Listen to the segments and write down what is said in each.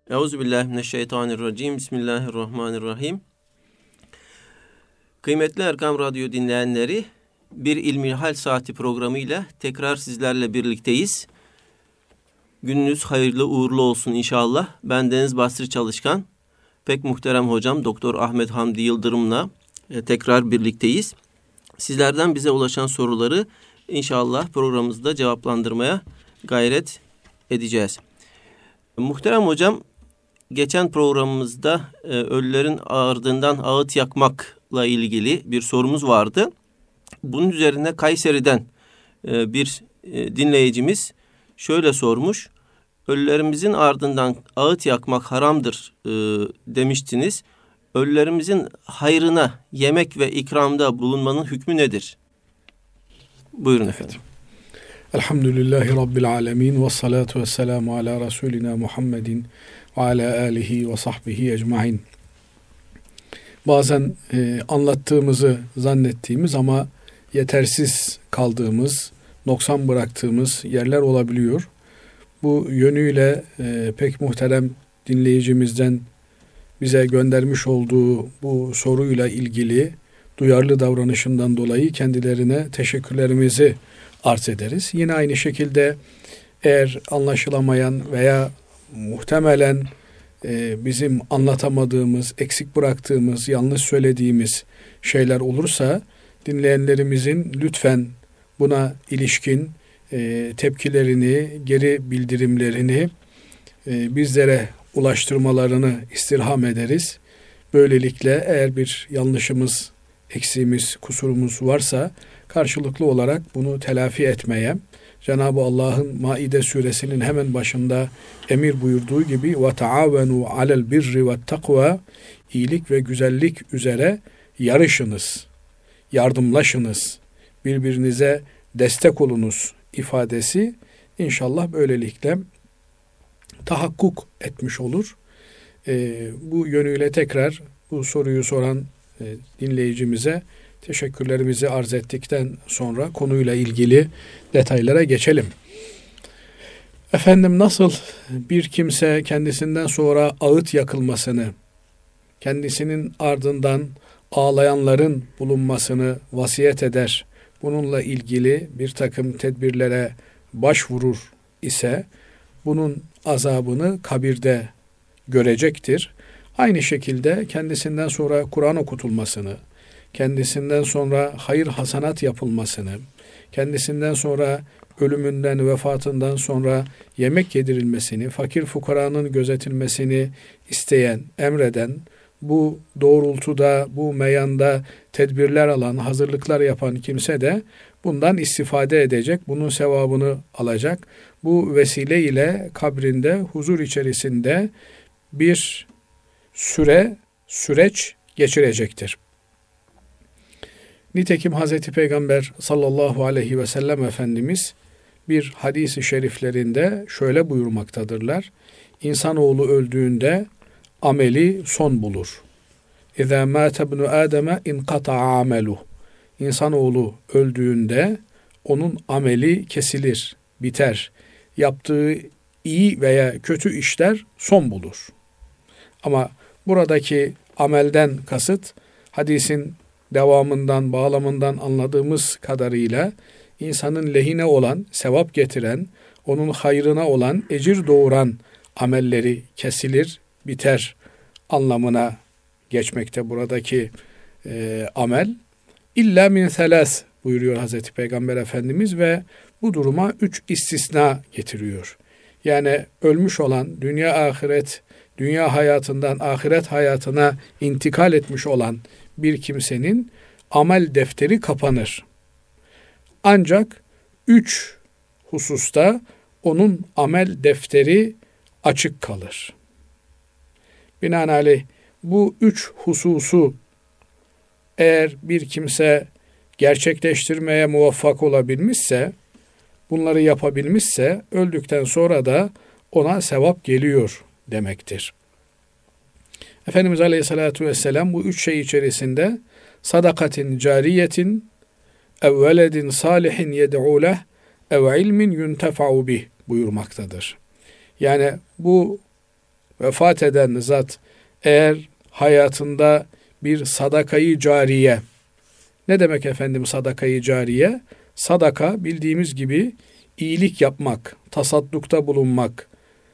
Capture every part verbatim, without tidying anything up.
Euzubillahimineşşeytanirracim. Bismillahirrahmanirrahim. Kıymetli Erkam Radyo dinleyenleri, bir İlmihal Saati programıyla tekrar sizlerle birlikteyiz. Gününüz hayırlı uğurlu olsun inşallah. Ben Deniz Basri Çalışkan, pek muhterem hocam Doktor Ahmet Hamdi Yıldırım'la e, tekrar birlikteyiz. Sizlerden bize ulaşan soruları inşallah programımızda cevaplandırmaya gayret edeceğiz. Muhterem hocam, geçen programımızda e, ölülerin ardından ağıt yakmakla ilgili bir sorumuz vardı. Bunun üzerine Kayseri'den e, bir e, dinleyicimiz şöyle sormuş. Ölülerimizin ardından ağıt yakmak haramdır e, demiştiniz. Ölülerimizin hayrına yemek ve ikramda bulunmanın hükmü nedir? Buyurun evet. Efendim. Elhamdülillahi Rabbil alemin ve salatu ve selamu ala Resulina Muhammedin ve ala alihi ve sahbihi ecmain. Bazen e, anlattığımızı zannettiğimiz ama yetersiz kaldığımız, noksan bıraktığımız yerler olabiliyor. Bu yönüyle e, pek muhterem dinleyicimizden bize göndermiş olduğu bu soruyla ilgili duyarlı davranışından dolayı kendilerine teşekkürlerimizi arz ederiz. Yine aynı şekilde eğer anlaşılamayan veya muhtemelen e, bizim anlatamadığımız, eksik bıraktığımız, yanlış söylediğimiz şeyler olursa dinleyenlerimizin lütfen buna ilişkin e, tepkilerini, geri bildirimlerini e, bizlere ulaştırmalarını istirham ederiz. Böylelikle eğer bir yanlışımız, eksiğimiz, kusurumuz varsa karşılıklı olarak bunu telafi etmeye, Cenab-ı Allah'ın Maide suresinin hemen başında emir buyurduğu gibi وَتَعَاوَنُوا عَلَى الْبِرِّ وَالتَّقْوَى iyilik ve güzellik üzere yarışınız, yardımlaşınız, birbirinize destek olunuz ifadesi inşallah böylelikle tahakkuk etmiş olur. Ee, bu yönüyle tekrar bu soruyu soran e, dinleyicimize teşekkürlerimizi arz ettikten sonra konuyla ilgili detaylara geçelim. Efendim, nasıl bir kimse kendisinden sonra ağıt yakılmasını, kendisinin ardından ağlayanların bulunmasını vasiyet eder, bununla ilgili bir takım tedbirlere başvurur ise bunun azabını kabirde görecektir. Aynı şekilde kendisinden sonra Kur'an okutulmasını, kendisinden sonra hayır hasanat yapılmasını, kendisinden sonra ölümünden, vefatından sonra yemek yedirilmesini, fakir fukaranın gözetilmesini isteyen, emreden, bu doğrultuda, bu meyanda tedbirler alan, hazırlıklar yapan kimse de bundan istifade edecek, bunun sevabını alacak. Bu vesile ile kabrinde, huzur içerisinde bir süre, süreç geçirecektir. Nitekim Hazreti Peygamber sallallahu aleyhi ve sellem Efendimiz bir hadis-i şeriflerinde şöyle buyurmaktadırlar. İnsanoğlu öldüğünde ameli son bulur. İzâ mâte ibnu Âdeme inqata'a ameluh. İnsanoğlu öldüğünde onun ameli kesilir, biter. Yaptığı iyi veya kötü işler son bulur. Ama buradaki amelden kasıt hadisin devamından, bağlamından anladığımız kadarıyla insanın lehine olan, sevap getiren, onun hayrına olan, ecir doğuran amelleri kesilir, biter anlamına geçmekte buradaki e, amel. İlla min selas buyuruyor Hazreti Peygamber Efendimiz ve bu duruma üç istisna getiriyor. Yani ölmüş olan, dünya ahiret, dünya hayatından ahiret hayatına intikal etmiş olan bir kimsenin amel defteri kapanır. Ancak üç hususta onun amel defteri açık kalır. Binaenaleyh bu üç hususu eğer bir kimse gerçekleştirmeye muvaffak olabilmişse, bunları yapabilmişse öldükten sonra da ona sevap geliyor demektir. Efendimiz Aleyhisselatü Vesselam bu üç şey içerisinde sadakatin cariyetin, ev veledin salihin yed'u leh, ev ilmin yuntefa'u bih buyurmaktadır. Yani bu vefat eden zat eğer hayatında bir sadakayı cariye, ne demek efendim sadakayı cariye? Sadaka bildiğimiz gibi iyilik yapmak, tasaddukta bulunmak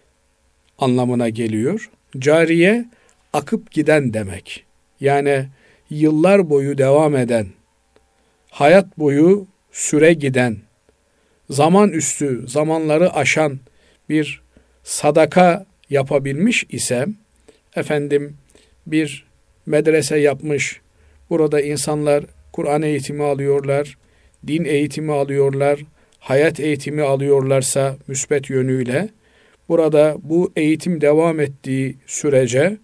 anlamına geliyor. Cariye akıp giden demek. Yani yıllar boyu devam eden, hayat boyu süre giden, zaman üstü, zamanları aşan bir sadaka yapabilmiş isem, efendim bir medrese yapmış, burada insanlar Kur'an eğitimi alıyorlar, din eğitimi alıyorlar, hayat eğitimi alıyorlarsa müsbet yönüyle, burada bu eğitim devam ettiği sürece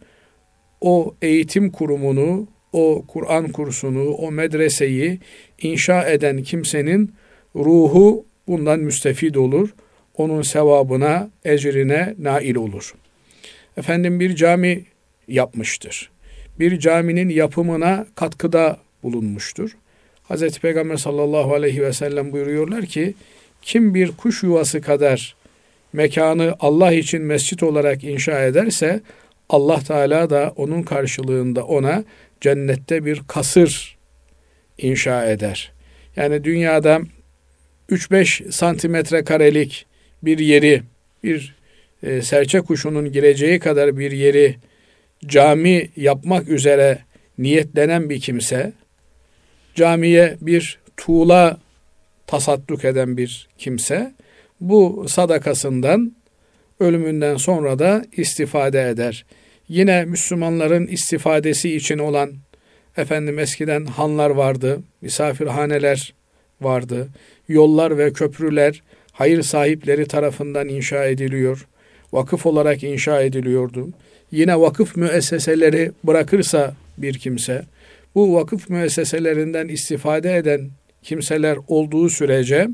o eğitim kurumunu, o Kur'an kursunu, o medreseyi inşa eden kimsenin ruhu bundan müstefid olur. Onun sevabına, ecrine nail olur. Efendim bir cami yapmıştır. Bir caminin yapımına katkıda bulunmuştur. Hazreti Peygamber sallallahu aleyhi ve sellem buyuruyorlar ki, kim bir kuş yuvası kadar mekanı Allah için mescit olarak inşa ederse, Allah Teala da onun karşılığında ona cennette bir kasır inşa eder. Yani dünyada üç beş santimetre karelik bir yeri, bir e, serçe kuşunun gireceği kadar bir yeri cami yapmak üzere niyetlenen bir kimse, camiye bir tuğla tasadduk eden bir kimse, bu sadakasından ölümünden sonra da istifade eder. Yine Müslümanların istifadesi için olan, efendim eskiden hanlar vardı, misafirhaneler vardı, yollar ve köprüler hayır sahipleri tarafından inşa ediliyor, vakıf olarak inşa ediliyordu. Yine vakıf müesseseleri bırakırsa bir kimse, bu vakıf müesseselerinden istifade eden kimseler olduğu sürece,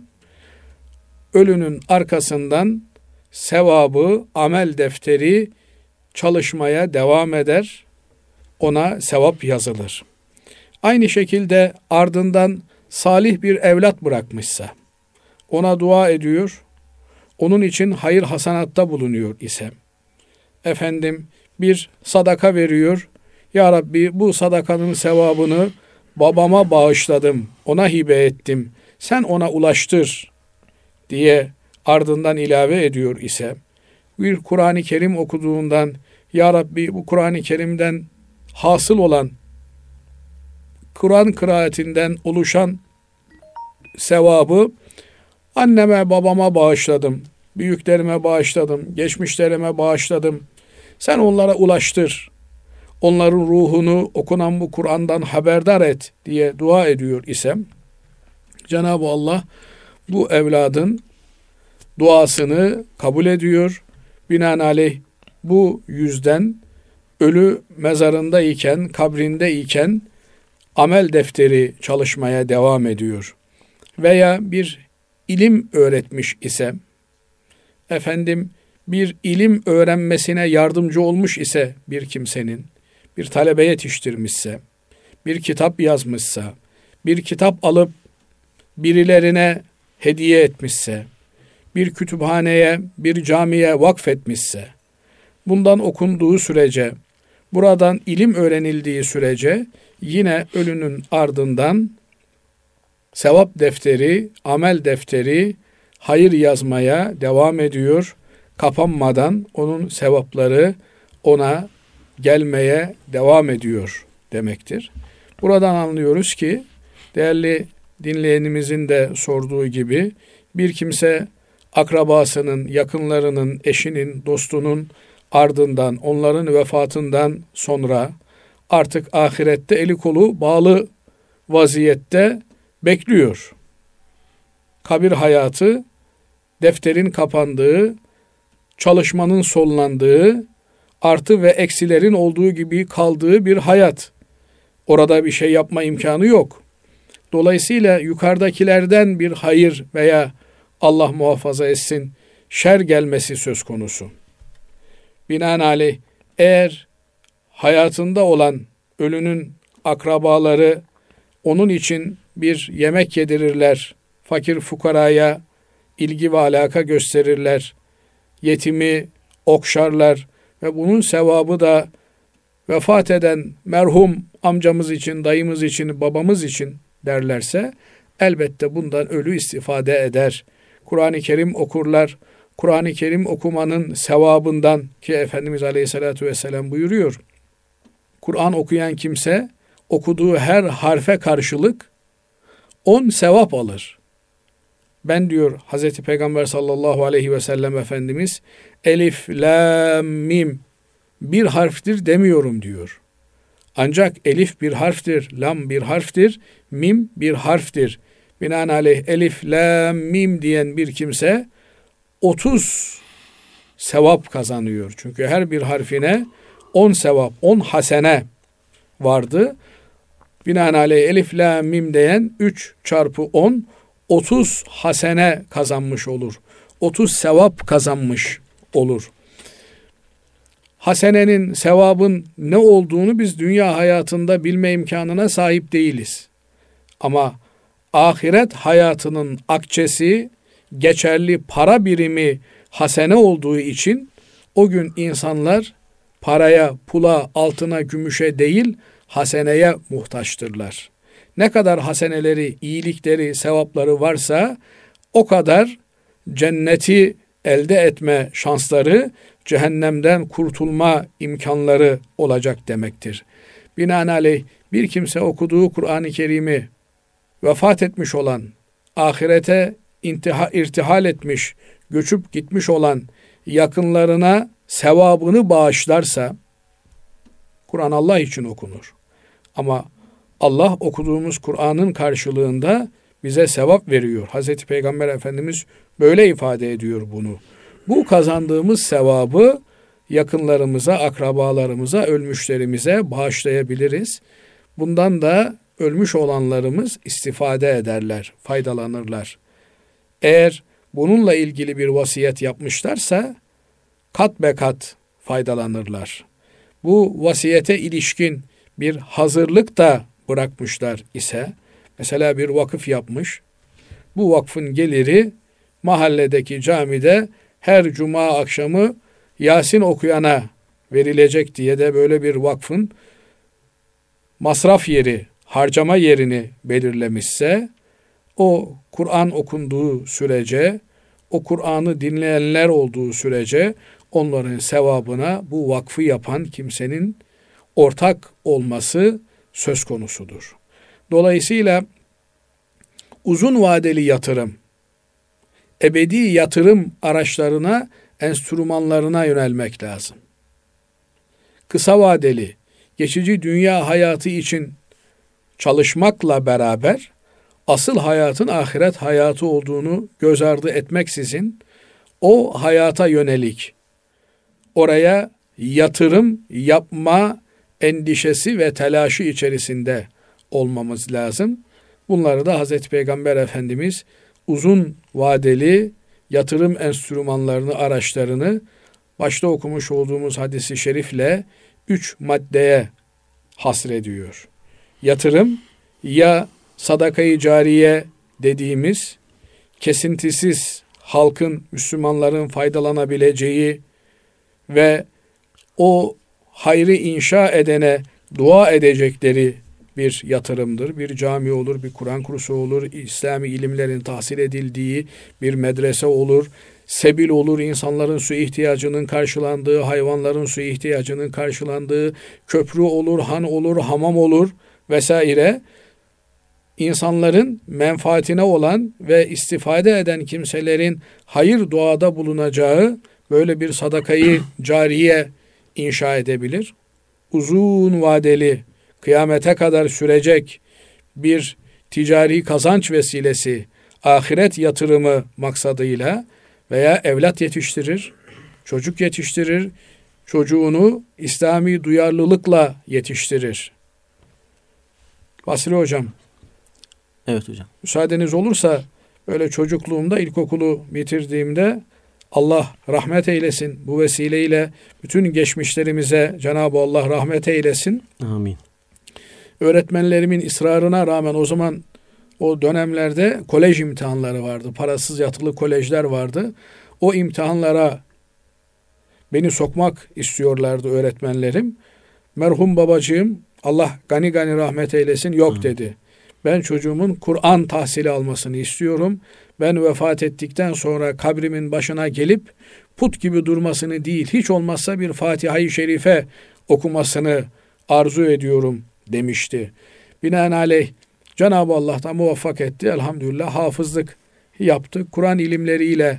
ölünün arkasından sevabı, amel defteri çalışmaya devam eder, ona sevap yazılır. Aynı şekilde ardından salih bir evlat bırakmışsa, ona dua ediyor, onun için hayır hasanatta bulunuyor ise, efendim bir sadaka veriyor, Ya Rabbi bu sadakanın sevabını babama bağışladım, ona hibe ettim, sen ona ulaştır diye ardından ilave ediyor ise, bir Kur'an-ı Kerim okuduğundan, Ya Rabbi bu Kur'an-ı Kerim'den hasıl olan, Kur'an kıraatinden oluşan sevabı anneme babama bağışladım, büyüklerime bağışladım, geçmişlerime bağışladım, sen onlara ulaştır, onların ruhunu okunan bu Kur'an'dan haberdar et diye dua ediyor isem, Cenab-ı Allah bu evladın duasını kabul ediyor. Binaenaleyh bu yüzden ölü mezarında iken, kabrinde iken amel defteri çalışmaya devam ediyor. Veya bir ilim öğretmiş ise, efendim bir ilim öğrenmesine yardımcı olmuş ise bir kimsenin, bir talebe yetiştirmişse, bir kitap yazmışsa, bir kitap alıp birilerine hediye etmişse, bir kütüphaneye, bir camiye vakfetmişse, bundan okunduğu sürece, buradan ilim öğrenildiği sürece yine ölünün ardından sevap defteri, amel defteri, hayır yazmaya devam ediyor. Kapanmadan onun sevapları ona gelmeye devam ediyor demektir. Buradan anlıyoruz ki, değerli dinleyenimizin de sorduğu gibi, bir kimse akrabasının, yakınlarının, eşinin, dostunun ardından, onların vefatından sonra artık ahirette eli kolu bağlı vaziyette bekliyor. Kabir hayatı, defterin kapandığı, çalışmanın sonlandığı, artı ve eksilerin olduğu gibi kaldığı bir hayat. Orada bir şey yapma imkanı yok. Dolayısıyla yukarıdakilerden bir hayır veya Allah muhafaza etsin şer gelmesi söz konusu. Binaenaleyh eğer hayatında olan ölünün akrabaları onun için bir yemek yedirirler, fakir fukaraya ilgi ve alaka gösterirler, yetimi okşarlar ve bunun sevabı da vefat eden merhum amcamız için, dayımız için, babamız için derlerse elbette bundan ölü istifade eder. Kur'an-ı Kerim okurlar. Kur'an-ı Kerim okumanın sevabından ki Efendimiz Aleyhisselatü Vesselam buyuruyor. Kur'an okuyan kimse okuduğu her harfe karşılık on sevap alır. Ben diyor Hazreti Peygamber sallallahu aleyhi ve sellem Efendimiz elif, lam, mim bir harftir demiyorum diyor. Ancak elif bir harftir, lam bir harftir, mim bir harftir. Binaenaleyh elif, lam, mim diyen bir kimse otuz sevap kazanıyor. Çünkü her bir harfine on sevap, on hasene vardı. Binaenaleyh elif, la, mim diyen üç çarpı on, otuz hasene kazanmış olur. otuz sevap kazanmış olur. Hasenenin, sevabın ne olduğunu biz dünya hayatında bilme imkanına sahip değiliz. Ama ahiret hayatının akçesi, geçerli para birimi hasene olduğu için o gün insanlar paraya, pula, altına, gümüşe değil haseneye muhtaçtırlar. Ne kadar haseneleri, iyilikleri, sevapları varsa o kadar cenneti elde etme şansları, cehennemden kurtulma imkanları olacak demektir. Binaenaleyh bir kimse okuduğu Kur'an-ı Kerim'i vefat etmiş olan, ahirete intiha, irtihal etmiş, göçüp gitmiş olan yakınlarına sevabını bağışlarsa, Kur'an Allah için okunur. Ama Allah okuduğumuz Kur'an'ın karşılığında bize sevap veriyor. Hazreti Peygamber Efendimiz böyle ifade ediyor bunu. Bu kazandığımız sevabı yakınlarımıza, akrabalarımıza, ölmüşlerimize bağışlayabiliriz. Bundan da ölmüş olanlarımız istifade ederler, faydalanırlar. Eğer bununla ilgili bir vasiyet yapmışlarsa kat be kat faydalanırlar. Bu vasiyete ilişkin bir hazırlık da bırakmışlar ise, mesela bir vakıf yapmış, bu vakfın geliri mahalledeki camide her cuma akşamı Yasin okuyana verilecek diye de böyle bir vakfın masraf yeri, harcama yerini belirlemişse, o Kur'an okunduğu sürece, o Kur'an'ı dinleyenler olduğu sürece onların sevabına bu vakfı yapan kimsenin ortak olması söz konusudur. Dolayısıyla uzun vadeli yatırım, ebedi yatırım araçlarına, enstrümanlarına yönelmek lazım. Kısa vadeli, geçici dünya hayatı için çalışmakla beraber asıl hayatın ahiret hayatı olduğunu göz ardı etmeksizin o hayata yönelik, oraya yatırım yapma endişesi ve telaşı içerisinde olmamız lazım. Bunları da Hazreti Peygamber Efendimiz uzun vadeli yatırım enstrümanlarını, araçlarını başta okumuş olduğumuz hadisi şerifle üç maddeye hasrediyor. Yatırım ya sadaka-i cariye dediğimiz kesintisiz halkın, Müslümanların faydalanabileceği ve o hayrı inşa edene dua edecekleri bir yatırımdır. Bir cami olur, bir Kur'an kursu olur, İslami ilimlerin tahsil edildiği bir medrese olur, sebil olur, insanların su ihtiyacının karşılandığı, hayvanların su ihtiyacının karşılandığı, köprü olur, han olur, hamam olur vesaire. İnsanların menfaatine olan ve istifade eden kimselerin hayır duada bulunacağı böyle bir sadakayı cariye inşa edebilir. Uzun vadeli, kıyamete kadar sürecek bir ticari kazanç vesilesi, ahiret yatırımı maksadıyla veya evlat yetiştirir, çocuk yetiştirir, çocuğunu İslami duyarlılıkla yetiştirir. Basri Hocam. Evet hocam. Müsaadeniz olursa böyle çocukluğumda, ilkokulu bitirdiğimde Allah rahmet eylesin. Bu vesileyle bütün geçmişlerimize Cenab-ı Allah rahmet eylesin. Amin. Öğretmenlerimin ısrarına rağmen o zaman o dönemlerde kolej imtihanları vardı. Parasız yatılı kolejler vardı. O imtihanlara beni sokmak istiyorlardı öğretmenlerim. Merhum babacığım, Allah gani gani rahmet eylesin, yok dedi. Ben çocuğumun Kur'an tahsili almasını istiyorum. Ben vefat ettikten sonra kabrimin başına gelip put gibi durmasını değil, hiç olmazsa bir Fatiha-i Şerife okumasını arzu ediyorum demişti. Binaenaleyh Cenab-ı Allah da muvaffak etti. Elhamdülillah hafızlık yaptı. Kur'an ilimleriyle,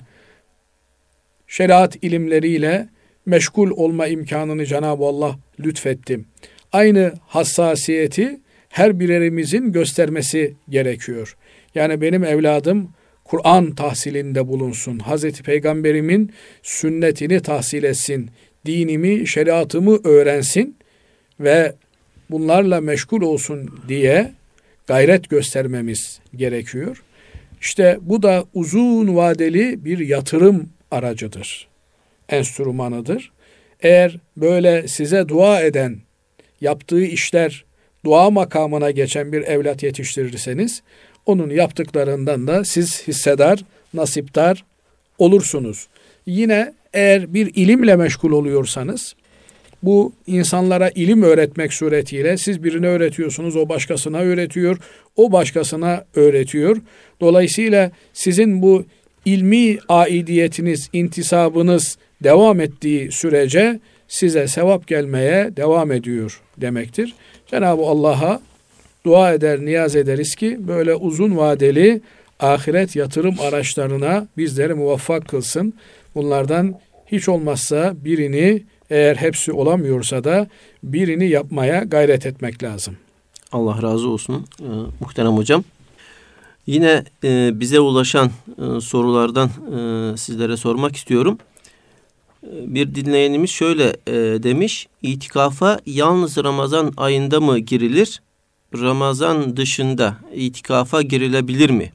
şeriat ilimleriyle meşgul olma imkanını Cenab-ı Allah lütfetti. Aynı hassasiyeti her birerimizin göstermesi gerekiyor. Yani benim evladım Kur'an tahsilinde bulunsun. Hazreti Peygamberimin sünnetini tahsil etsin. Dinimi, şeriatımı öğrensin ve bunlarla meşgul olsun diye gayret göstermemiz gerekiyor. İşte bu da uzun vadeli bir yatırım aracıdır. Enstrümanıdır. Eğer böyle size dua eden, yaptığı işler dua makamına geçen bir evlat yetiştirirseniz, onun yaptıklarından da siz hissedar, nasiptar olursunuz. Yine eğer bir ilimle meşgul oluyorsanız, bu insanlara ilim öğretmek suretiyle siz birine öğretiyorsunuz, o başkasına öğretiyor, o başkasına öğretiyor. Dolayısıyla sizin bu ilmi aidiyetiniz, intisabınız devam ettiği sürece size sevap gelmeye devam ediyor demektir. Cenab-ı Allah'a dua eder, niyaz ederiz ki böyle uzun vadeli ahiret yatırım araçlarına bizleri muvaffak kılsın. Bunlardan hiç olmazsa birini, eğer hepsi olamıyorsa da birini yapmaya gayret etmek lazım. Allah razı olsun ee, muhterem hocam. Yine e, bize ulaşan e, sorulardan e, sizlere sormak istiyorum. E, bir dinleyenimiz şöyle e, demiş. İtikafa yalnız Ramazan ayında mı girilir? Ramazan dışında itikafa girilebilir mi?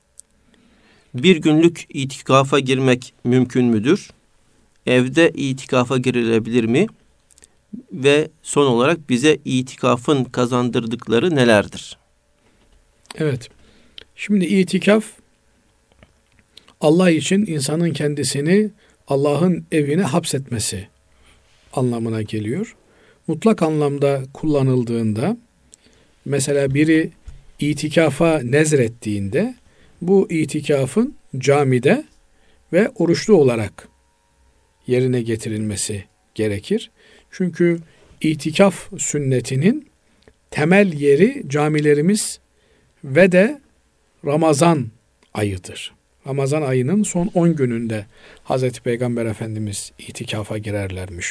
Bir günlük itikafa girmek mümkün müdür? Evde itikafa girilebilir mi? Ve son olarak bize itikafın kazandırdıkları nelerdir? Evet. Şimdi itikaf, Allah için insanın kendisini Allah'ın evine hapsetmesi anlamına geliyor. Mutlak anlamda kullanıldığında, mesela biri itikafa nezrettiğinde, bu itikafın camide ve oruçlu olarak yerine getirilmesi gerekir. Çünkü itikaf sünnetinin temel yeri camilerimiz ve de Ramazan ayıdır. Ramazan ayının son on gününde Hazreti Peygamber Efendimiz itikafa girerlermiş.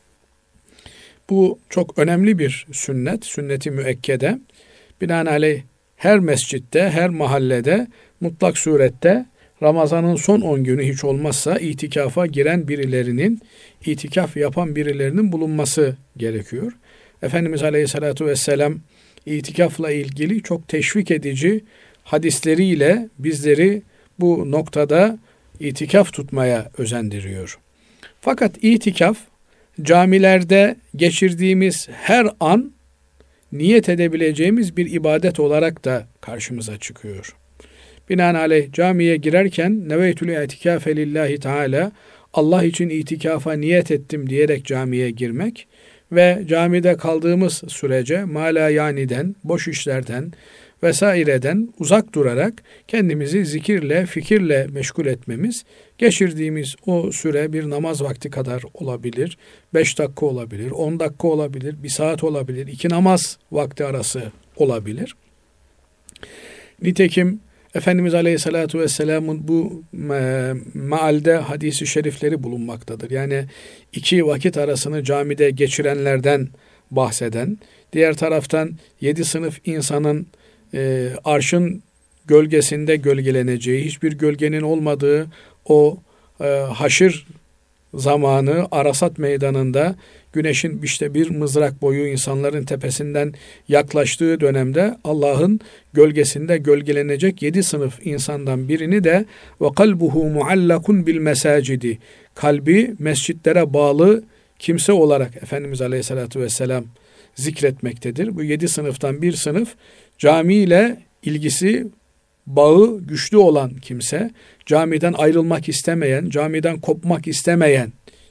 Bu çok önemli bir sünnet, sünnet-i müekkede. Binaenaleyh her mescitte, her mahallede mutlak surette Ramazan'ın son on günü hiç olmazsa itikafa giren birilerinin, itikaf yapan birilerinin bulunması gerekiyor. Efendimiz Aleyhisselatü Vesselam itikafla ilgili çok teşvik edici hadisleriyle bizleri bu noktada itikaf tutmaya özendiriyor. Fakat itikaf, camilerde geçirdiğimiz her an niyet edebileceğimiz bir ibadet olarak da karşımıza çıkıyor. Binaenaleyh camiye girerken neveytül itikafe lillahi teala, Allah için itikafa niyet ettim diyerek camiye girmek ve camide kaldığımız sürece mala yaniden, boş işlerden vesaireden uzak durarak kendimizi zikirle, fikirle meşgul etmemiz, geçirdiğimiz o süre bir namaz vakti kadar olabilir, beş dakika olabilir, on dakika olabilir, bir saat olabilir, iki namaz vakti arası olabilir. Nitekim Efendimiz Aleyhisselatü Vesselam'ın bu e, mealde hadisi şerifleri bulunmaktadır. Yani iki vakit arasını camide geçirenlerden bahseden, diğer taraftan yedi sınıf insanın e, arşın gölgesinde gölgeleneceği, hiçbir gölgenin olmadığı o e, haşir zamanı Arasat meydanında güneşin işte bir mızrak boyu insanların tepesinden yaklaştığı dönemde Allah'ın gölgesinde gölgelenecek yedi sınıf insandan birini de ve kalbuhu muallakun bil mesacidi, kalbi mescitlere bağlı kimse olarak Efendimiz Aleyhisselatü Vesselam zikretmektedir. Bu yedi sınıftan bir sınıf camiyle ilgisi, bağı güçlü olan kimse, camiden ayrılmak istemeyen, camiden kopmak istemeyen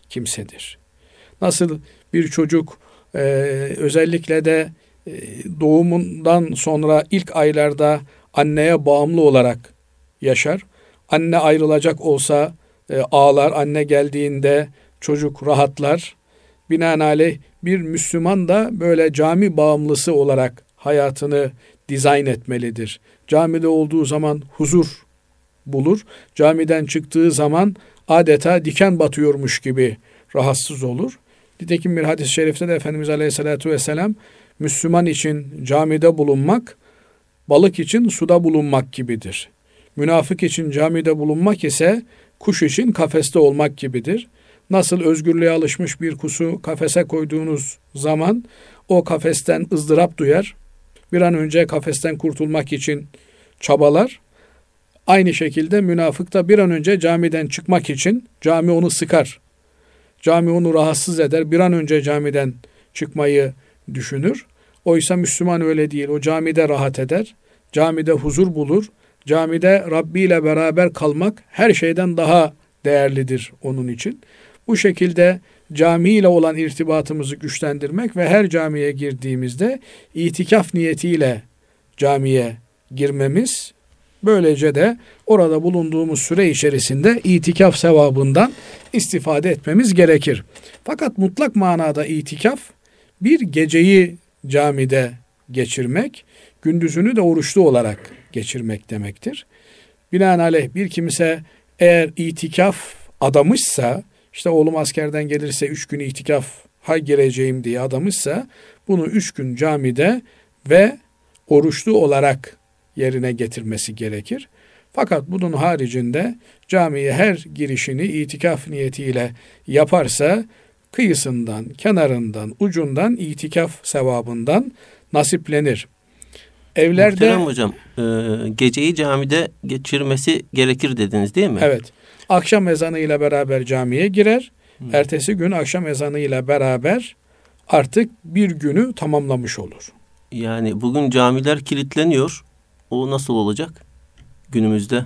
kimsedir. Nasıl bir çocuk e, özellikle de e, doğumundan sonra ilk aylarda anneye bağımlı olarak yaşar. Anne ayrılacak olsa e, ağlar, anne geldiğinde çocuk rahatlar. Binaenaleyh bir Müslüman da böyle cami bağımlısı olarak hayatını dizayn etmelidir. Camide olduğu zaman huzur bulur. Camiden çıktığı zaman adeta diken batıyormuş gibi rahatsız olur. Nitekim bir hadis-i şerifte de Efendimiz Aleyhisselatü Vesselam Müslüman için camide bulunmak, balık için suda bulunmak gibidir. Münafık için camide bulunmak ise kuş için kafeste olmak gibidir. Nasıl özgürlüğe alışmış bir kuşu kafese koyduğunuz zaman o kafesten ızdırap duyar, bir an önce kafesten kurtulmak için çabalar. Aynı şekilde münafık da bir an önce camiden çıkmak için cami onu sıkar. Cami onu rahatsız eder. Bir an önce camiden çıkmayı düşünür. Oysa Müslüman öyle değil. O camide rahat eder. Camide huzur bulur. Camide Rabbi ile beraber kalmak her şeyden daha değerlidir onun için. Bu şekilde cami ile olan irtibatımızı güçlendirmek ve her camiye girdiğimizde itikaf niyetiyle camiye girmemiz, böylece de orada bulunduğumuz süre içerisinde itikaf sevabından istifade etmemiz gerekir. Fakat mutlak manada itikaf bir geceyi camide geçirmek, gündüzünü de oruçlu olarak geçirmek demektir. Binaenaleyh bir kimse eğer itikaf adamışsa, işte oğlum askerden gelirse üç gün itikafa gireceğim diye adamışsa, bunu üç gün camide ve oruçlu olarak yerine getirmesi gerekir. Fakat bunun haricinde camiye her girişini itikaf niyetiyle yaparsa kıyısından, kenarından, ucundan itikaf sevabından nasiplenir. Evlerde Muhterem hocam, e, geceyi camide geçirmesi gerekir dediniz değil mi? Evet. Akşam ezanıyla beraber camiye girer. Hmm. Ertesi gün akşam ezanıyla beraber artık bir günü tamamlamış olur. Yani bugün camiler kilitleniyor. O nasıl olacak günümüzde?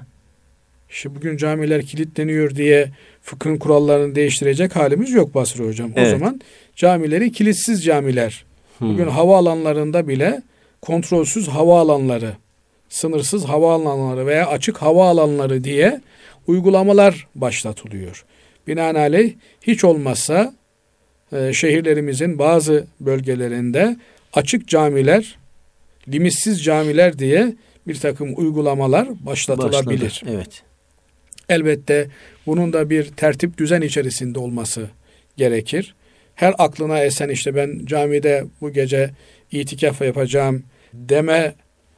İşte bugün camiler kilitleniyor diye fıkhın kurallarını değiştirecek halimiz yok Basri Hocam. Evet. O zaman camileri kilitsiz camiler. Hmm. Bugün havaalanlarında bile kontrolsüz havaalanları, sınırsız havaalanları veya açık havaalanları diye uygulamalar başlatılıyor. Binaenaleyh hiç olmazsa e, şehirlerimizin bazı bölgelerinde açık camiler, limitsiz camiler diye bir takım uygulamalar başlatılabilir. Başladı, evet. Elbette bunun da bir tertip düzen içerisinde olması gerekir. Her aklına esen işte ben camide bu gece itikaf yapacağım deme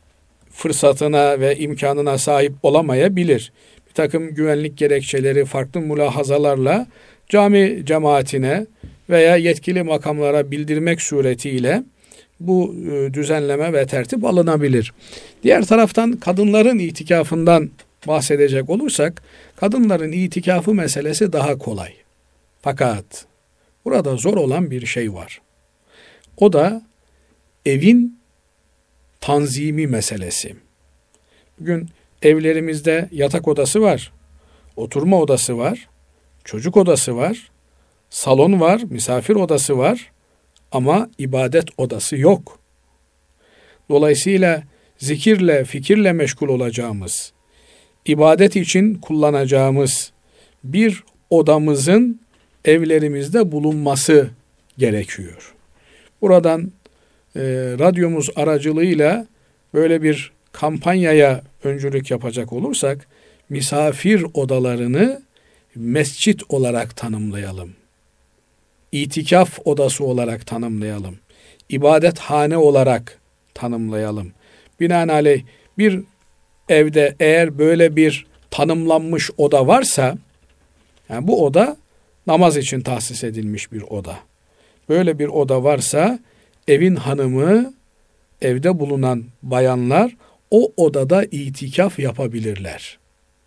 fırsatına ve imkanına sahip olamayabilir. Bir takım güvenlik gerekçeleri farklı mülahazalarla cami cemaatine veya yetkili makamlara bildirmek suretiyle bu düzenleme ve tertip alınabilir. Diğer taraftan kadınların itikafından bahsedecek olursak, kadınların itikafı meselesi daha kolay. Fakat burada zor olan bir şey var. O da evin tanzimi meselesi. Bugün evlerimizde yatak odası var, oturma odası var, çocuk odası var, salon var, misafir odası var ama ibadet odası yok. Dolayısıyla zikirle, fikirle meşgul olacağımız, ibadet için kullanacağımız bir odamızın evlerimizde bulunması gerekiyor. Buradan e, radyomuz aracılığıyla böyle bir kampanyaya öncülük yapacak olursak, misafir odalarını mescit olarak tanımlayalım. İtikaf odası olarak tanımlayalım. İbadethane olarak tanımlayalım. Binaenaleyh bir evde eğer böyle bir tanımlanmış oda varsa, yani bu oda namaz için tahsis edilmiş bir oda. Böyle bir oda varsa evin hanımı, evde bulunan bayanlar o odada itikaf yapabilirler.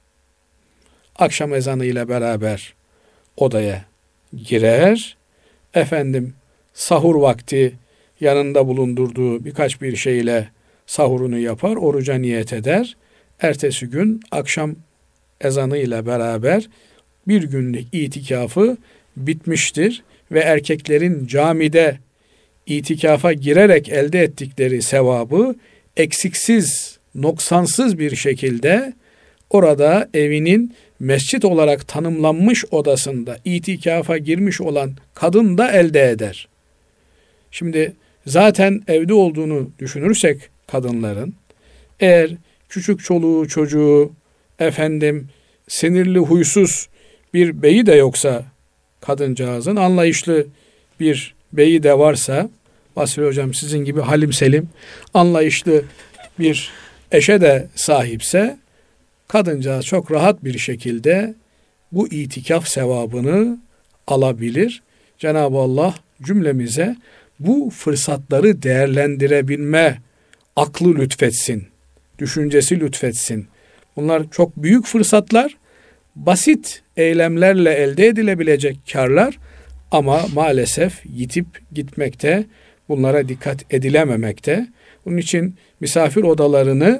Akşam ezanı ile beraber odaya girer, efendim sahur vakti yanında bulundurduğu birkaç bir şeyle sahurunu yapar, oruca niyet eder. Ertesi gün akşam ezanı ile beraber bir günlük itikafı bitmiştir ve erkeklerin camide itikafa girerek elde ettikleri sevabı eksiksiz, noksansız bir şekilde orada evinin mescit olarak tanımlanmış odasında itikafa girmiş olan kadın da elde eder. Şimdi zaten evde olduğunu düşünürsek kadınların, eğer küçük çoluğu çocuğu, efendim sinirli huysuz bir beyi de yoksa kadıncağızın, anlayışlı bir beyi de varsa, Basri Hocam sizin gibi halim selim, anlayışlı bir eşe de sahipse, kadıncağız çok rahat bir şekilde bu itikaf sevabını alabilir. Cenab-ı Allah cümlemize bu fırsatları değerlendirebilme aklı lütfetsin, düşüncesi lütfetsin. Bunlar çok büyük fırsatlar, basit eylemlerle elde edilebilecek karlar ama maalesef yitip gitmekte, bunlara dikkat edilememekte. Bunun için misafir odalarını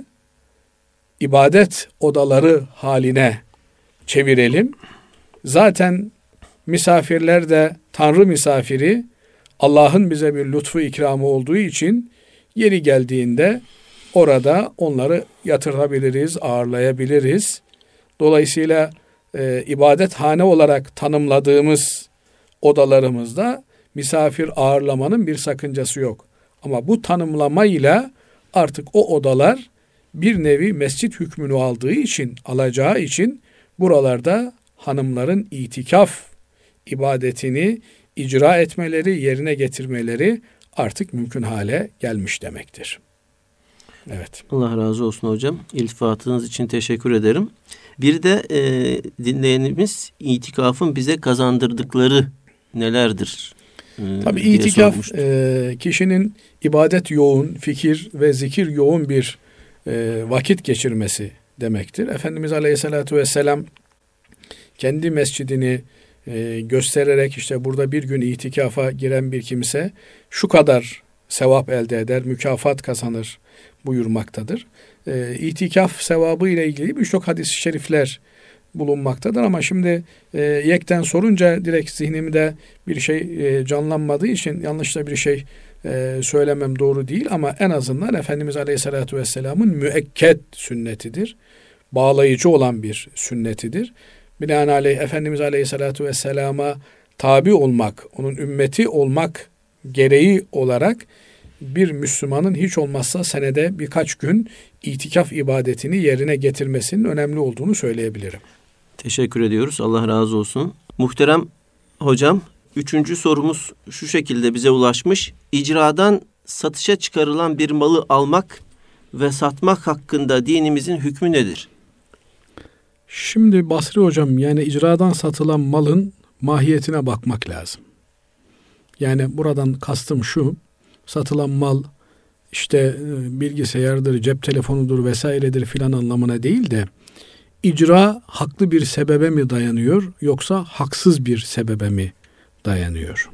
ibadet odaları haline çevirelim. Zaten misafirler de Tanrı misafiri, Allah'ın bize bir lütfu ikramı olduğu için yeri geldiğinde orada onları yatırabiliriz, ağırlayabiliriz. Dolayısıyla e, ibadethane olarak tanımladığımız odalarımızda misafir ağırlamanın bir sakıncası yok. Ama bu tanımlamayla artık o odalar bir nevi mescit hükmünü aldığı için, alacağı için buralarda hanımların itikaf ibadetini icra etmeleri, yerine getirmeleri artık mümkün hale gelmiş demektir. Evet. Allah razı olsun hocam. İltifatınız için teşekkür ederim. Bir de e, dinleyenimiz itikafın bize kazandırdıkları nelerdir? E, Tabii itikaf e, kişinin ibadet yoğun, fikir ve zikir yoğun bir e, vakit geçirmesi demektir. Efendimiz Aleyhisselatü Vesselam kendi mescidini e, göstererek işte burada bir gün itikafa giren bir kimse şu kadar sevap elde eder, mükafat kazanır buyurmaktadır. E, itikaf sevabı ile ilgili birçok hadis-i şerifler bulunmaktadır ama şimdi e, yekten sorunca direkt zihnimde bir şey e, canlanmadığı için yanlış da bir şey e, söylemem doğru değil ama en azından Efendimiz Aleyhisselatü Vesselam'ın müekked sünnetidir. Bağlayıcı olan bir sünnetidir. Binaenaleyh Efendimiz Aleyhisselatü Vesselam'a tabi olmak, onun ümmeti olmak gereği olarak bir Müslümanın hiç olmazsa senede birkaç gün itikaf ibadetini yerine getirmesinin önemli olduğunu söyleyebilirim. Teşekkür ediyoruz. Allah razı olsun. Muhterem hocam, üçüncü sorumuz şu şekilde bize ulaşmış. İcradan satışa çıkarılan bir malı almak ve satmak hakkında dinimizin hükmü nedir? Şimdi Basri Hocam, yani icradan satılan malın mahiyetine bakmak lazım. Yani buradan kastım şu, satılan mal işte bilgisayardır, cep telefonudur vesairedir filan anlamına değil de icra haklı bir sebebe mi dayanıyor yoksa haksız bir sebebe mi dayanıyor?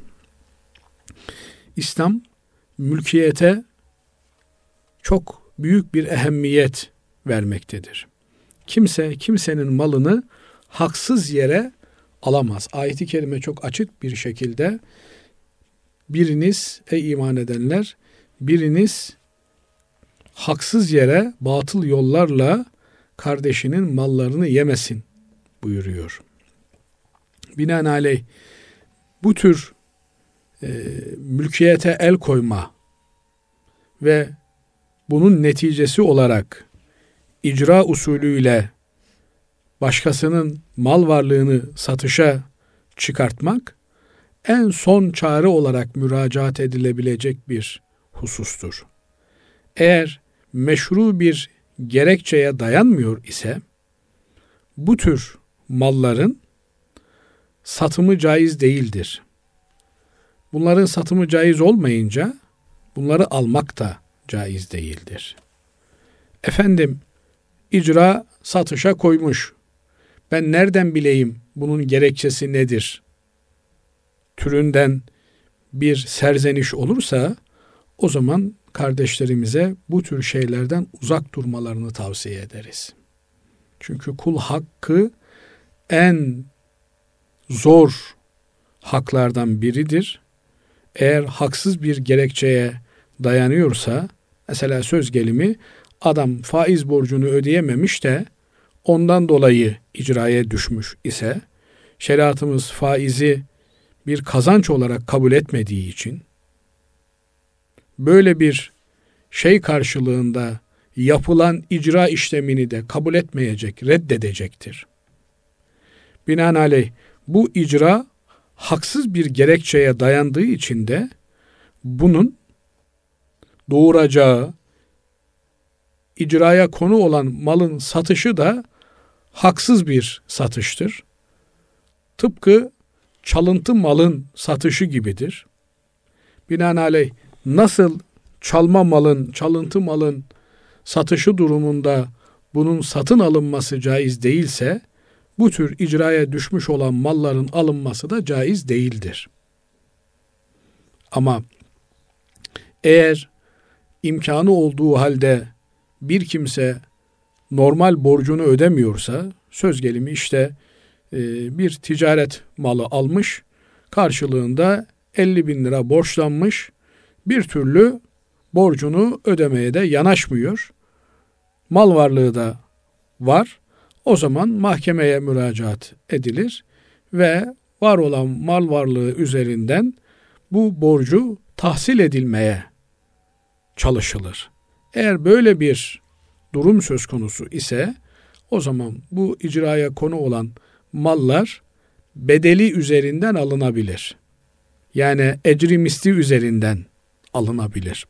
İslam mülkiyete çok büyük bir ehemmiyet vermektedir. Kimse kimsenin malını haksız yere alamaz. Ayet-i kerime çok açık bir şekilde biriniz ey iman edenler, biriniz haksız yere batıl yollarla kardeşinin mallarını yemesin buyuruyor. Binaenaleyh bu tür e, mülkiyete el koyma ve bunun neticesi olarak icra usulüyle başkasının mal varlığını satışa çıkartmak en son çare olarak müracaat edilebilecek bir husustur. Eğer meşru bir gerekçeye dayanmıyor ise bu tür malların satımı caiz değildir. Bunların satımı caiz olmayınca bunları almak da caiz değildir. Efendim, icra satışa koymuş. Ben nereden bileyim bunun gerekçesi nedir? Türünden bir serzeniş olursa o zaman kardeşlerimize bu tür şeylerden uzak durmalarını tavsiye ederiz. Çünkü kul hakkı en zor haklardan biridir. Eğer haksız bir gerekçeye dayanıyorsa, mesela söz gelimi adam faiz borcunu ödeyememiş de ondan dolayı icraya düşmüş ise, şeriatımız faizi bir kazanç olarak kabul etmediği için böyle bir şey karşılığında yapılan icra işlemini de kabul etmeyecek, reddedecektir. Binaenaleyh bu icra haksız bir gerekçeye dayandığı için de bunun doğuracağı icraya konu olan malın satışı da haksız bir satıştır. Tıpkı çalıntı malın satışı gibidir. Binaenaleyh nasıl çalma malın, çalıntı malın satışı durumunda bunun satın alınması caiz değilse, bu tür icraya düşmüş olan malların alınması da caiz değildir. Ama eğer imkanı olduğu halde bir kimse normal borcunu ödemiyorsa, söz gelimi işte e, bir ticaret malı almış, karşılığında elli bin lira borçlanmış, bir türlü borcunu ödemeye de yanaşmıyor. Mal varlığı da var. O zaman mahkemeye müracaat edilir ve var olan mal varlığı üzerinden bu borcu tahsil edilmeye çalışılır. Eğer böyle bir durum söz konusu ise, o zaman bu icraya konu olan mallar bedeli üzerinden alınabilir. Yani ecri misli üzerinden alınabilir.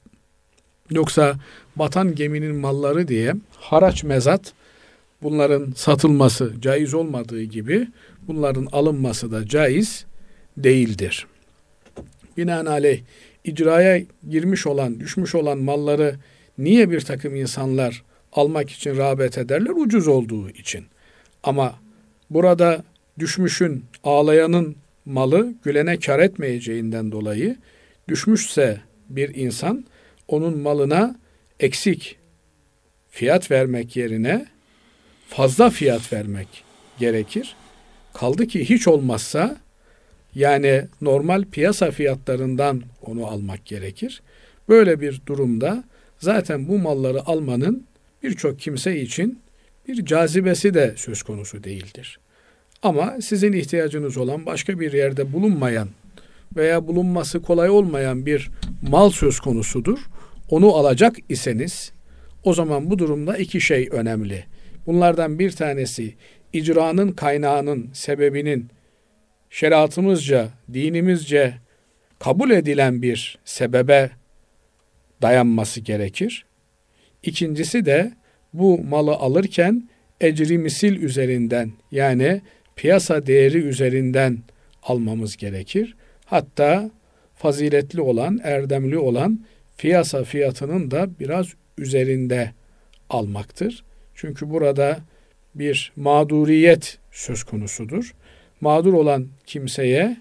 Yoksa batan geminin malları diye haraç mezat, bunların satılması caiz olmadığı gibi bunların alınması da caiz değildir. Binaenaleyh icraya girmiş olan, düşmüş olan malları niye bir takım insanlar almak için rağbet ederler? Ucuz olduğu için. Ama burada düşmüşün, ağlayanın malı gülene kar etmeyeceğinden dolayı düşmüşse bir insan onun malına eksik fiyat vermek yerine fazla fiyat vermek gerekir. Kaldı ki hiç olmazsa yani normal piyasa fiyatlarından onu almak gerekir. Böyle bir durumda zaten bu malları almanın birçok kimse için bir cazibesi de söz konusu değildir. Ama sizin ihtiyacınız olan başka bir yerde bulunmayan veya bulunması kolay olmayan bir mal söz konusudur. Onu alacak iseniz o zaman bu durumda iki şey önemli. Bunlardan bir tanesi icranın kaynağının, sebebinin şeriatımızca, dinimizce kabul edilen bir sebebe dayanması gerekir. İkincisi de bu malı alırken ecri misil üzerinden, yani piyasa değeri üzerinden almamız gerekir. Hatta faziletli olan, erdemli olan piyasa fiyatının da biraz üzerinde almaktır. Çünkü burada bir mağduriyet söz konusudur. Mağdur olan kimseye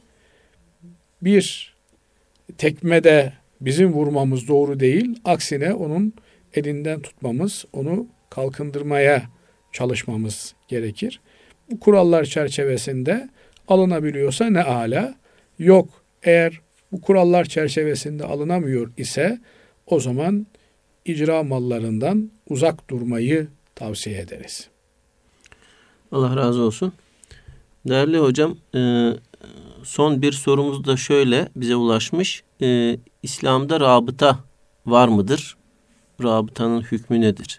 bir tekmede bizim vurmamız doğru değil. Aksine onun elinden tutmamız, onu kalkındırmaya çalışmamız gerekir. Bu kurallar çerçevesinde alınabiliyorsa ne âlâ. Yok, eğer bu kurallar çerçevesinde alınamıyor ise o zaman icra mallarından uzak durmayı tavsiye ederiz. Allah razı olsun. Değerli hocam, son bir sorumuz da şöyle bize ulaşmış. İslam'da rabıta var mıdır? Rabıtanın hükmü nedir?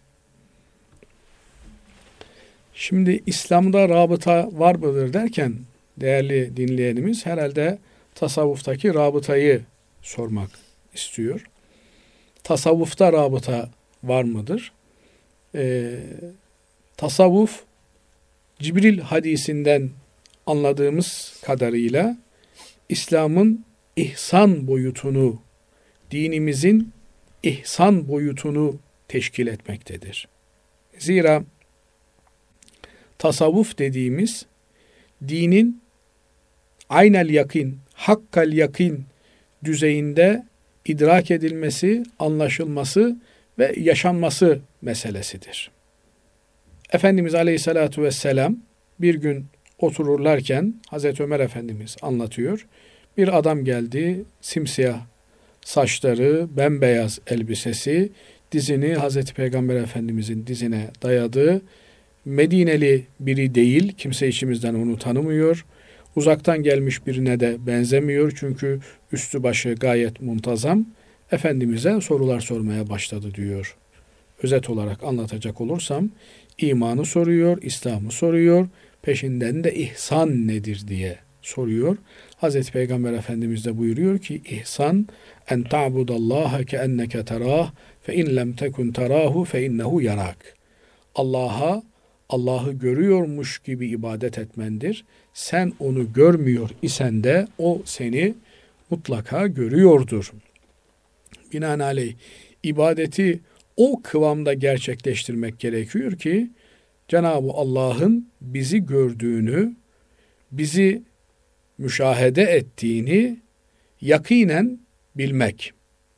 Şimdi İslam'da rabıta var mıdır derken değerli dinleyenimiz herhalde tasavvuftaki rabıtayı sormak istiyor. Tasavvufta rabıta var mıdır? Ee, tasavvuf Cibril hadisinden anladığımız kadarıyla İslam'ın ihsan boyutunu, dinimizin ihsan boyutunu teşkil etmektedir. Zira tasavvuf dediğimiz dinin aynel yakin, hakkal yakin düzeyinde idrak edilmesi, anlaşılması ve yaşanması meselesidir. Efendimiz Aleyhisselatü Vesselam bir gün otururlarken Hazreti Ömer Efendimiz anlatıyor. Bir adam geldi, simsiyah saçları, bembeyaz elbisesi, dizini Hazreti Peygamber Efendimizin dizine dayadı. Medineli biri değil, kimse içimizden onu tanımıyor. Uzaktan gelmiş birine de benzemiyor çünkü üstü başı gayet muntazam. Efendimiz'e sorular sormaya başladı diyor. Özet olarak anlatacak olursam, imanı soruyor, İslam'ı soruyor, peşinden de ihsan nedir diye soruyor. Hazreti Peygamber Efendimiz de buyuruyor ki, ihsan en ta'budallaha ke enneke terah fe in lem tekun terahu fe innehu yarak. Allah'a Allah'ı görüyormuş gibi ibadet etmendir. Sen onu görmüyor isen de o seni mutlaka görüyordur. Binaenaleyh ibadeti o kıvamda gerçekleştirmek gerekiyor ki Cenab-ı Allah'ın bizi gördüğünü, bizi müşahede ettiğini yakinen bilmek.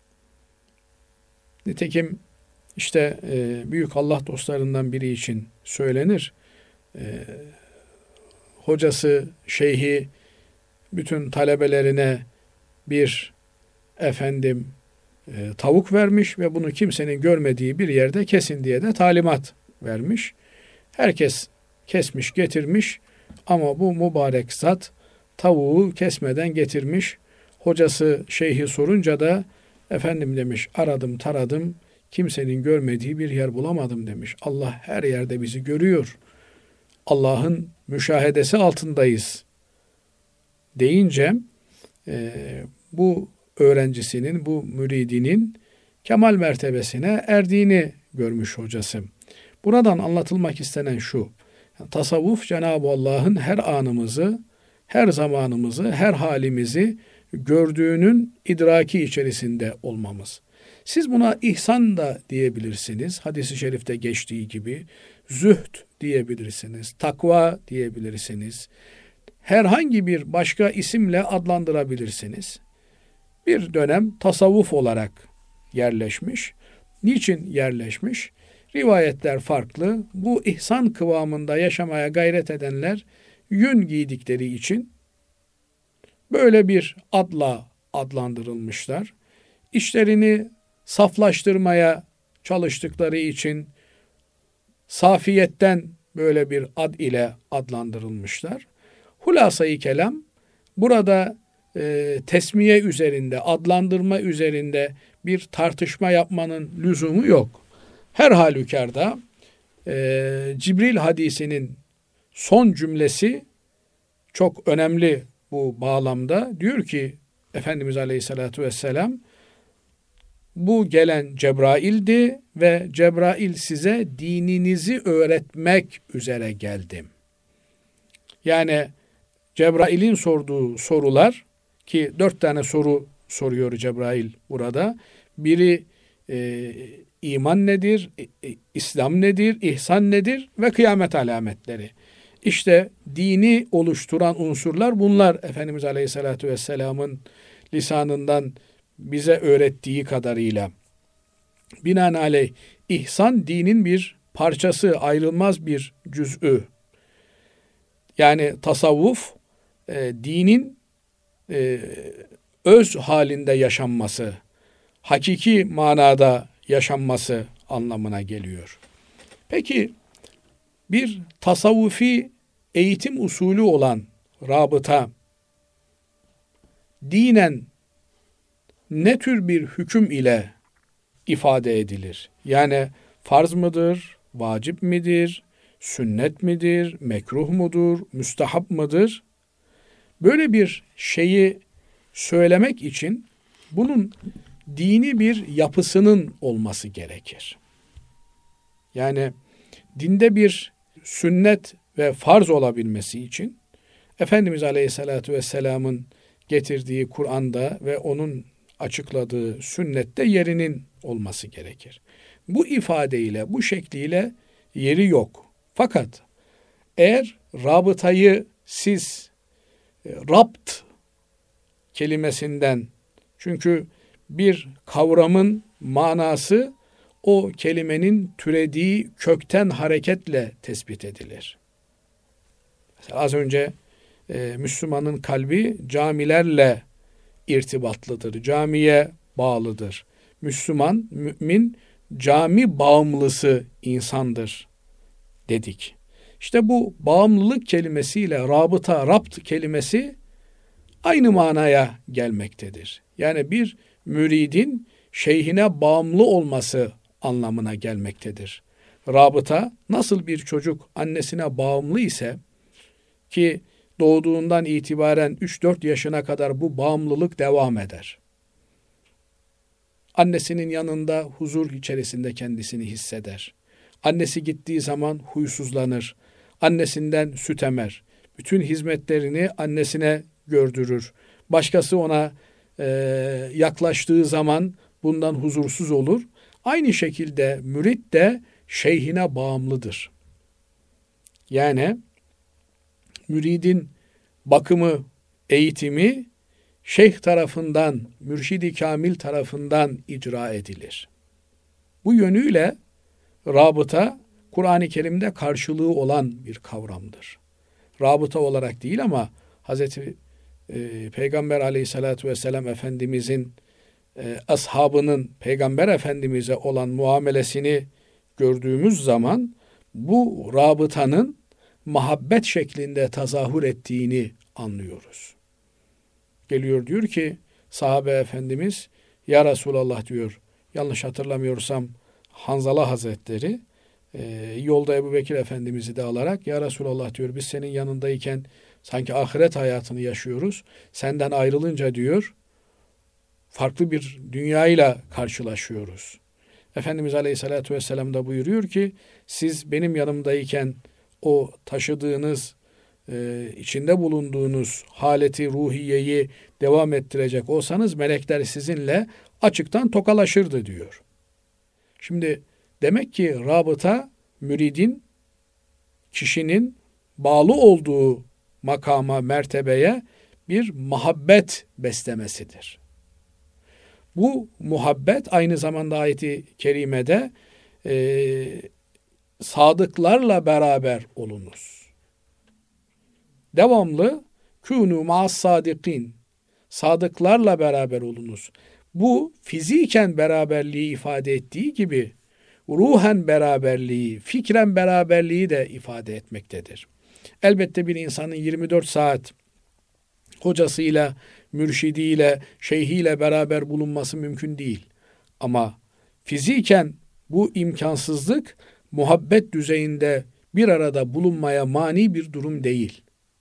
Nitekim işte e, büyük Allah dostlarından biri için söylenir. E, hocası, şeyhi bütün talebelerine bir efendim e, tavuk vermiş ve bunu kimsenin görmediği bir yerde kesin diye de talimat vermiş. Herkes kesmiş, getirmiş ama bu mübarek zat tavuğu kesmeden getirmiş. Hocası şeyhi sorunca da efendim demiş, aradım taradım, kimsenin görmediği bir yer bulamadım demiş. Allah her yerde bizi görüyor. Allah'ın müşahedesi altındayız deyince e, bu öğrencisinin, bu müridinin kemal mertebesine erdiğini görmüş hocası. Buradan anlatılmak istenen şu: tasavvuf, Cenab-ı Allah'ın her anımızı, her zamanımızı, her halimizi gördüğünün idraki içerisinde olmamız. Siz buna ihsan da diyebilirsiniz. Hadis-i şerifte geçtiği gibi zühd diyebilirsiniz, takva diyebilirsiniz. Herhangi bir başka isimle adlandırabilirsiniz. Bir dönem tasavvuf olarak yerleşmiş. Niçin yerleşmiş? Rivayetler farklı. Bu ihsan kıvamında yaşamaya gayret edenler yün giydikleri için böyle bir adla adlandırılmışlar. İşlerini saflaştırmaya çalıştıkları için safiyetten böyle bir ad ile adlandırılmışlar. Hulasa-i kelam burada e, tesmiye üzerinde, adlandırma üzerinde bir tartışma yapmanın lüzumu yok. Her halükarda e, Cibril hadisinin son cümlesi çok önemli bu bağlamda. Diyor ki Efendimiz Aleyhisselatü Vesselam, bu gelen Cebrail'di ve Cebrail size dininizi öğretmek üzere geldim. Yani Cebrail'in sorduğu sorular, ki dört tane soru soruyor Cebrail burada. Biri e, iman nedir, e, İslam nedir, ihsan nedir ve kıyamet alametleri. İşte dini oluşturan unsurlar bunlar. Efendimiz Aleyhisselatü Vesselam'ın lisanından bize öğrettiği kadarıyla. Binaenaleyh ihsan dinin bir parçası, ayrılmaz bir cüz'ü. Yani tasavvuf e, dinin e, öz halinde yaşanması, hakiki manada yaşanması anlamına geliyor. Peki bir tasavvufi eğitim usulü olan rabıta dinen ne tür bir hüküm ile ifade edilir? Yani farz mıdır, vacip midir, sünnet midir, mekruh mudur, müstahap mıdır? Böyle bir şeyi söylemek için bunun dini bir yapısının olması gerekir. Yani dinde bir sünnet ve farz olabilmesi için Efendimiz Aleyhisselatü Vesselam'ın getirdiği Kur'an'da ve onun açıkladığı sünnette yerinin olması gerekir. Bu ifadeyle, bu şekliyle yeri yok. Fakat eğer rabıtayı siz e, rabt kelimesinden, çünkü bir kavramın manası o kelimenin türediği kökten hareketle tespit edilir. Mesela az önce e, Müslümanın kalbi camilerle irtibatlıdır. Camiye bağlıdır. Müslüman, mümin cami bağımlısı insandır dedik. İşte bu bağımlılık kelimesiyle rabıta, rabt kelimesi aynı manaya gelmektedir. Yani bir müridin şeyhine bağımlı olması anlamına gelmektedir. Rabıta, nasıl bir çocuk annesine bağımlı ise ki doğduğundan itibaren üç dört yaşına kadar bu bağımlılık devam eder. Annesinin yanında huzur içerisinde kendisini hisseder. Annesi gittiği zaman huysuzlanır. Annesinden süt emer. Bütün hizmetlerini annesine gördürür. Başkası ona e, yaklaştığı zaman bundan huzursuz olur. Aynı şekilde mürit de şeyhine bağımlıdır. Yani müridin bakımı, eğitimi şeyh tarafından, mürşidi kamil tarafından icra edilir. Bu yönüyle rabıta Kur'an-ı Kerim'de karşılığı olan bir kavramdır. Rabıta olarak değil ama Hazreti e, Peygamber Aleyhisselatü Vesselam Efendimizin e, ashabının Peygamber Efendimiz'e olan muamelesini gördüğümüz zaman bu rabıtanın muhabbet şeklinde tezahür ettiğini anlıyoruz. Geliyor diyor ki sahabe efendimiz, ya Resulallah diyor, yanlış hatırlamıyorsam Hanzala Hazretleri e, yolda Ebu Bekir Efendimiz'i de alarak, ya Resulallah diyor, biz senin yanındayken sanki ahiret hayatını yaşıyoruz. Senden ayrılınca diyor farklı bir dünyayla karşılaşıyoruz. Efendimiz Aleyhisselatü Vesselam da buyuruyor ki siz benim yanımdayken o taşıdığınız, e, içinde bulunduğunuz haleti ruhiyeyi devam ettirecek olsanız melekler sizinle açıktan tokalaşırdı diyor. Şimdi demek ki rabıta müridin, kişinin bağlı olduğu makama, mertebeye bir muhabbet beslemesidir. Bu muhabbet aynı zamanda ayet-i kerimede e, sadıklarla beraber olunuz. Devamlı kûnû ma'as sadikin, sadıklarla beraber olunuz. Bu fiziken beraberliği ifade ettiği gibi ruhen beraberliği, fikren beraberliği de ifade etmektedir. Elbette bir insanın yirmi dört saat hocasıyla, mürşidiyle, şeyhiyle beraber bulunması mümkün değil. Ama fiziken bu imkansızlık muhabbet düzeyinde bir arada bulunmaya mani bir durum değil.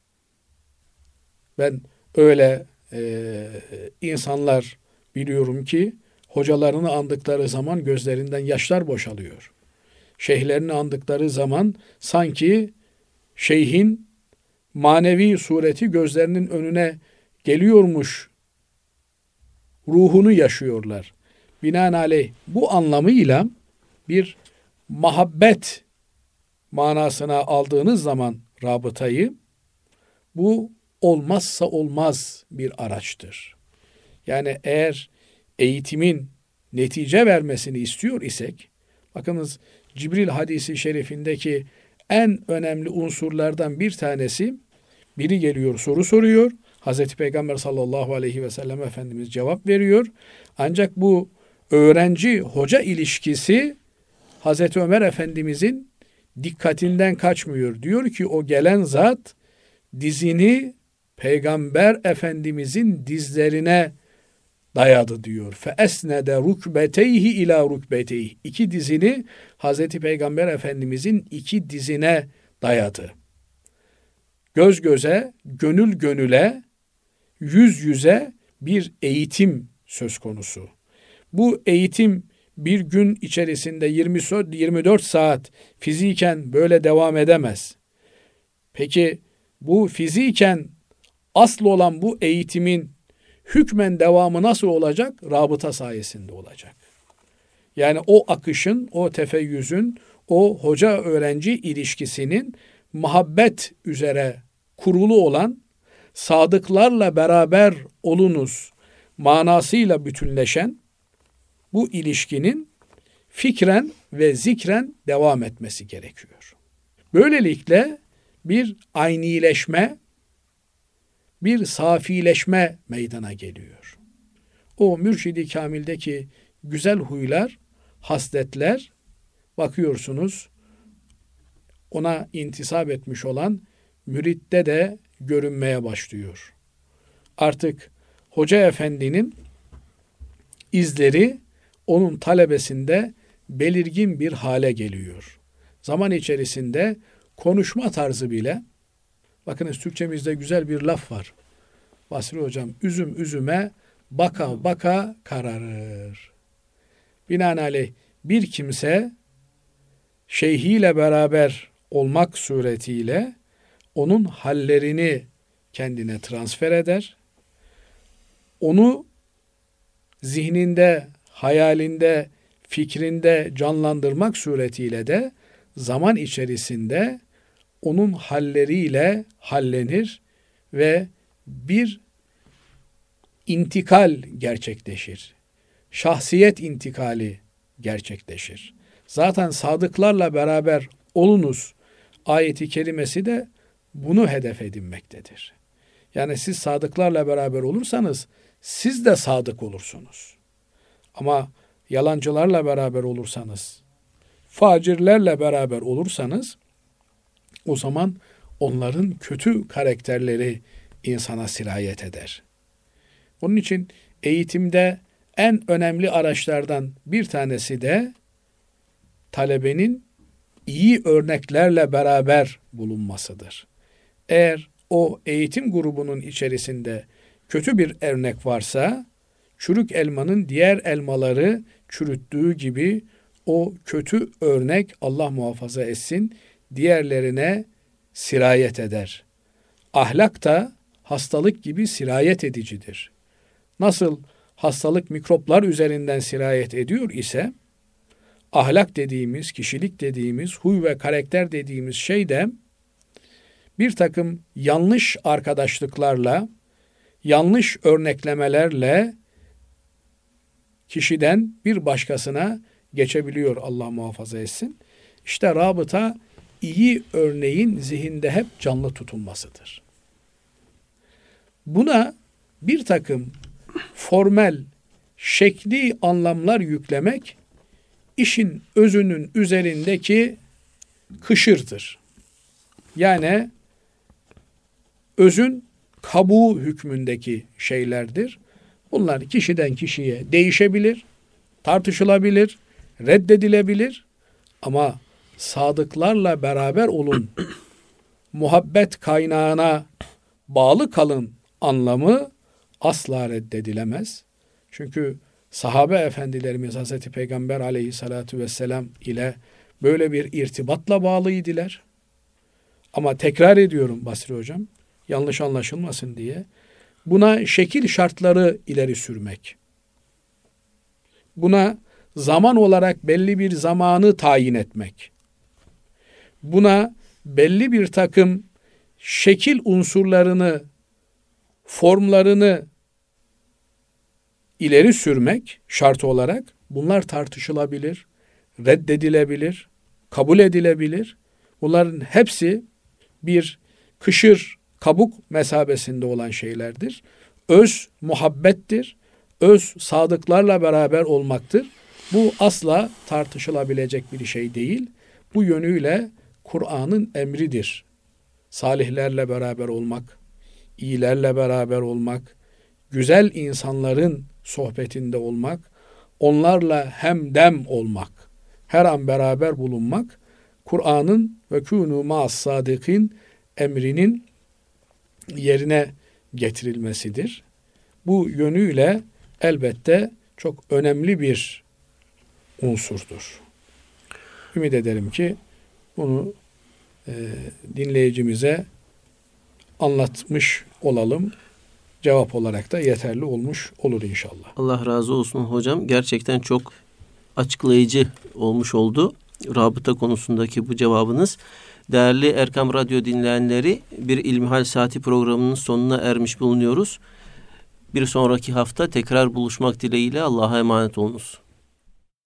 Ben öyle e, insanlar biliyorum ki hocalarını andıkları zaman gözlerinden yaşlar boşalıyor. Şeyhlerini andıkları zaman sanki şeyhin manevi sureti gözlerinin önüne geliyormuş, ruhunu yaşıyorlar. Binaenaleyh bu anlamıyla bir muhabbet manasına aldığınız zaman rabıtayı, bu olmazsa olmaz bir araçtır. Yani eğer eğitimin netice vermesini istiyor isek, bakınız Cibril hadisi şerifindeki en önemli unsurlardan bir tanesi, biri geliyor soru soruyor, Hazreti Peygamber sallallahu aleyhi ve sellem Efendimiz cevap veriyor. Ancak bu öğrenci-hoca ilişkisi Hazreti Ömer Efendimizin dikkatinden kaçmıyor. Diyor ki o gelen zat dizini Peygamber Efendimizin dizlerine dayadı diyor. Fe esnede rukbeteyhi ila rukbeteyhi. İki dizini Hazreti Peygamber Efendimizin iki dizine dayadı. Göz göze, gönül gönüle, yüz yüze bir eğitim söz konusu. Bu eğitim bir gün içerisinde yirmi dört saat fiziken böyle devam edemez. Peki bu fiziken asıl olan bu eğitimin hükmen devamı nasıl olacak? Rabıta sayesinde olacak. Yani o akışın, o tefeyyüzün, o hoca-öğrenci ilişkisinin muhabbet üzere kurulu olan, sadıklarla beraber olunuz manasıyla bütünleşen bu ilişkinin fikren ve zikren devam etmesi gerekiyor. Böylelikle bir aynileşme, bir safileşme meydana geliyor. O mürşidi kamildeki güzel huylar, hasletler, bakıyorsunuz ona intisap etmiş olan müritte de görünmeye başlıyor. Artık hoca efendinin izleri onun talebesinde belirgin bir hale geliyor. Zaman içerisinde konuşma tarzı bile, bakınız Türkçemizde güzel bir laf var. Basri hocam, üzüm üzüme baka baka kararır. Binaenaleyh bir kimse şeyhiyle beraber olmak suretiyle onun hallerini kendine transfer eder. Onu zihninde, hayalinde, fikrinde canlandırmak suretiyle de zaman içerisinde onun halleriyle hallenir ve bir intikal gerçekleşir. Şahsiyet intikali gerçekleşir. Zaten sadıklarla beraber olunuz ayeti kerimesi de bunu hedef edinmektedir. Yani siz sadıklarla beraber olursanız siz de sadık olursunuz. Ama yalancılarla beraber olursanız, facirlerle beraber olursanız o zaman onların kötü karakterleri insana sirayet eder. Onun için eğitimde en önemli araçlardan bir tanesi de talebenin iyi örneklerle beraber bulunmasıdır. Eğer o eğitim grubunun içerisinde kötü bir örnek varsa, çürük elmanın diğer elmaları çürüttüğü gibi o kötü örnek, Allah muhafaza etsin, diğerlerine sirayet eder. Ahlak da hastalık gibi sirayet edicidir. Nasıl hastalık mikroplar üzerinden sirayet ediyor ise, ahlak dediğimiz, kişilik dediğimiz, huy ve karakter dediğimiz şey de bir takım yanlış arkadaşlıklarla, yanlış örneklemelerle kişiden bir başkasına geçebiliyor, Allah muhafaza etsin. İşte rabıta iyi örneğin zihinde hep canlı tutulmasıdır. Buna bir takım formel, şekli anlamlar yüklemek işin özünün üzerindeki kışırtır. Yani özün kabuğu hükmündeki şeylerdir. Bunlar kişiden kişiye değişebilir, tartışılabilir, reddedilebilir ama sadıklarla beraber olun, muhabbet kaynağına bağlı kalın anlamı asla reddedilemez. Çünkü sahabe efendilerimiz Hazreti Peygamber aleyhissalatu vesselam ile böyle bir irtibatla bağlıydılar. Ama tekrar ediyorum Basri hocam, yanlış anlaşılmasın diye, buna şekil şartları ileri sürmek, buna zaman olarak belli bir zamanı tayin etmek, buna belli bir takım şekil unsurlarını, formlarını ileri sürmek şartı olarak, bunlar tartışılabilir, reddedilebilir, kabul edilebilir. Bunların hepsi bir kışır, kabuk mesabesinde olan şeylerdir. Öz muhabbettir, öz sadıklarla beraber olmaktır. Bu asla tartışılabilecek bir şey değil. Bu yönüyle Kur'an'ın emridir. Salihlerle beraber olmak, iyilerle beraber olmak, güzel insanların sohbetinde olmak, onlarla hemdem olmak, her an beraber bulunmak, Kur'an'ın ve kûnû ma'as-sâdikîn emrinin yerine getirilmesidir. Bu yönüyle elbette çok önemli bir unsurdur. Ümit ederim ki bunu e, dinleyicimize anlatmış olalım. Cevap olarak da yeterli olmuş olur inşallah. Allah razı olsun hocam. Gerçekten çok açıklayıcı olmuş oldu rabıta konusundaki bu cevabınız. Değerli Erkam Radyo dinleyenleri, bir İlmihal Saati programının sonuna ermiş bulunuyoruz. Bir sonraki hafta tekrar buluşmak dileğiyle Allah'a emanet olunuz.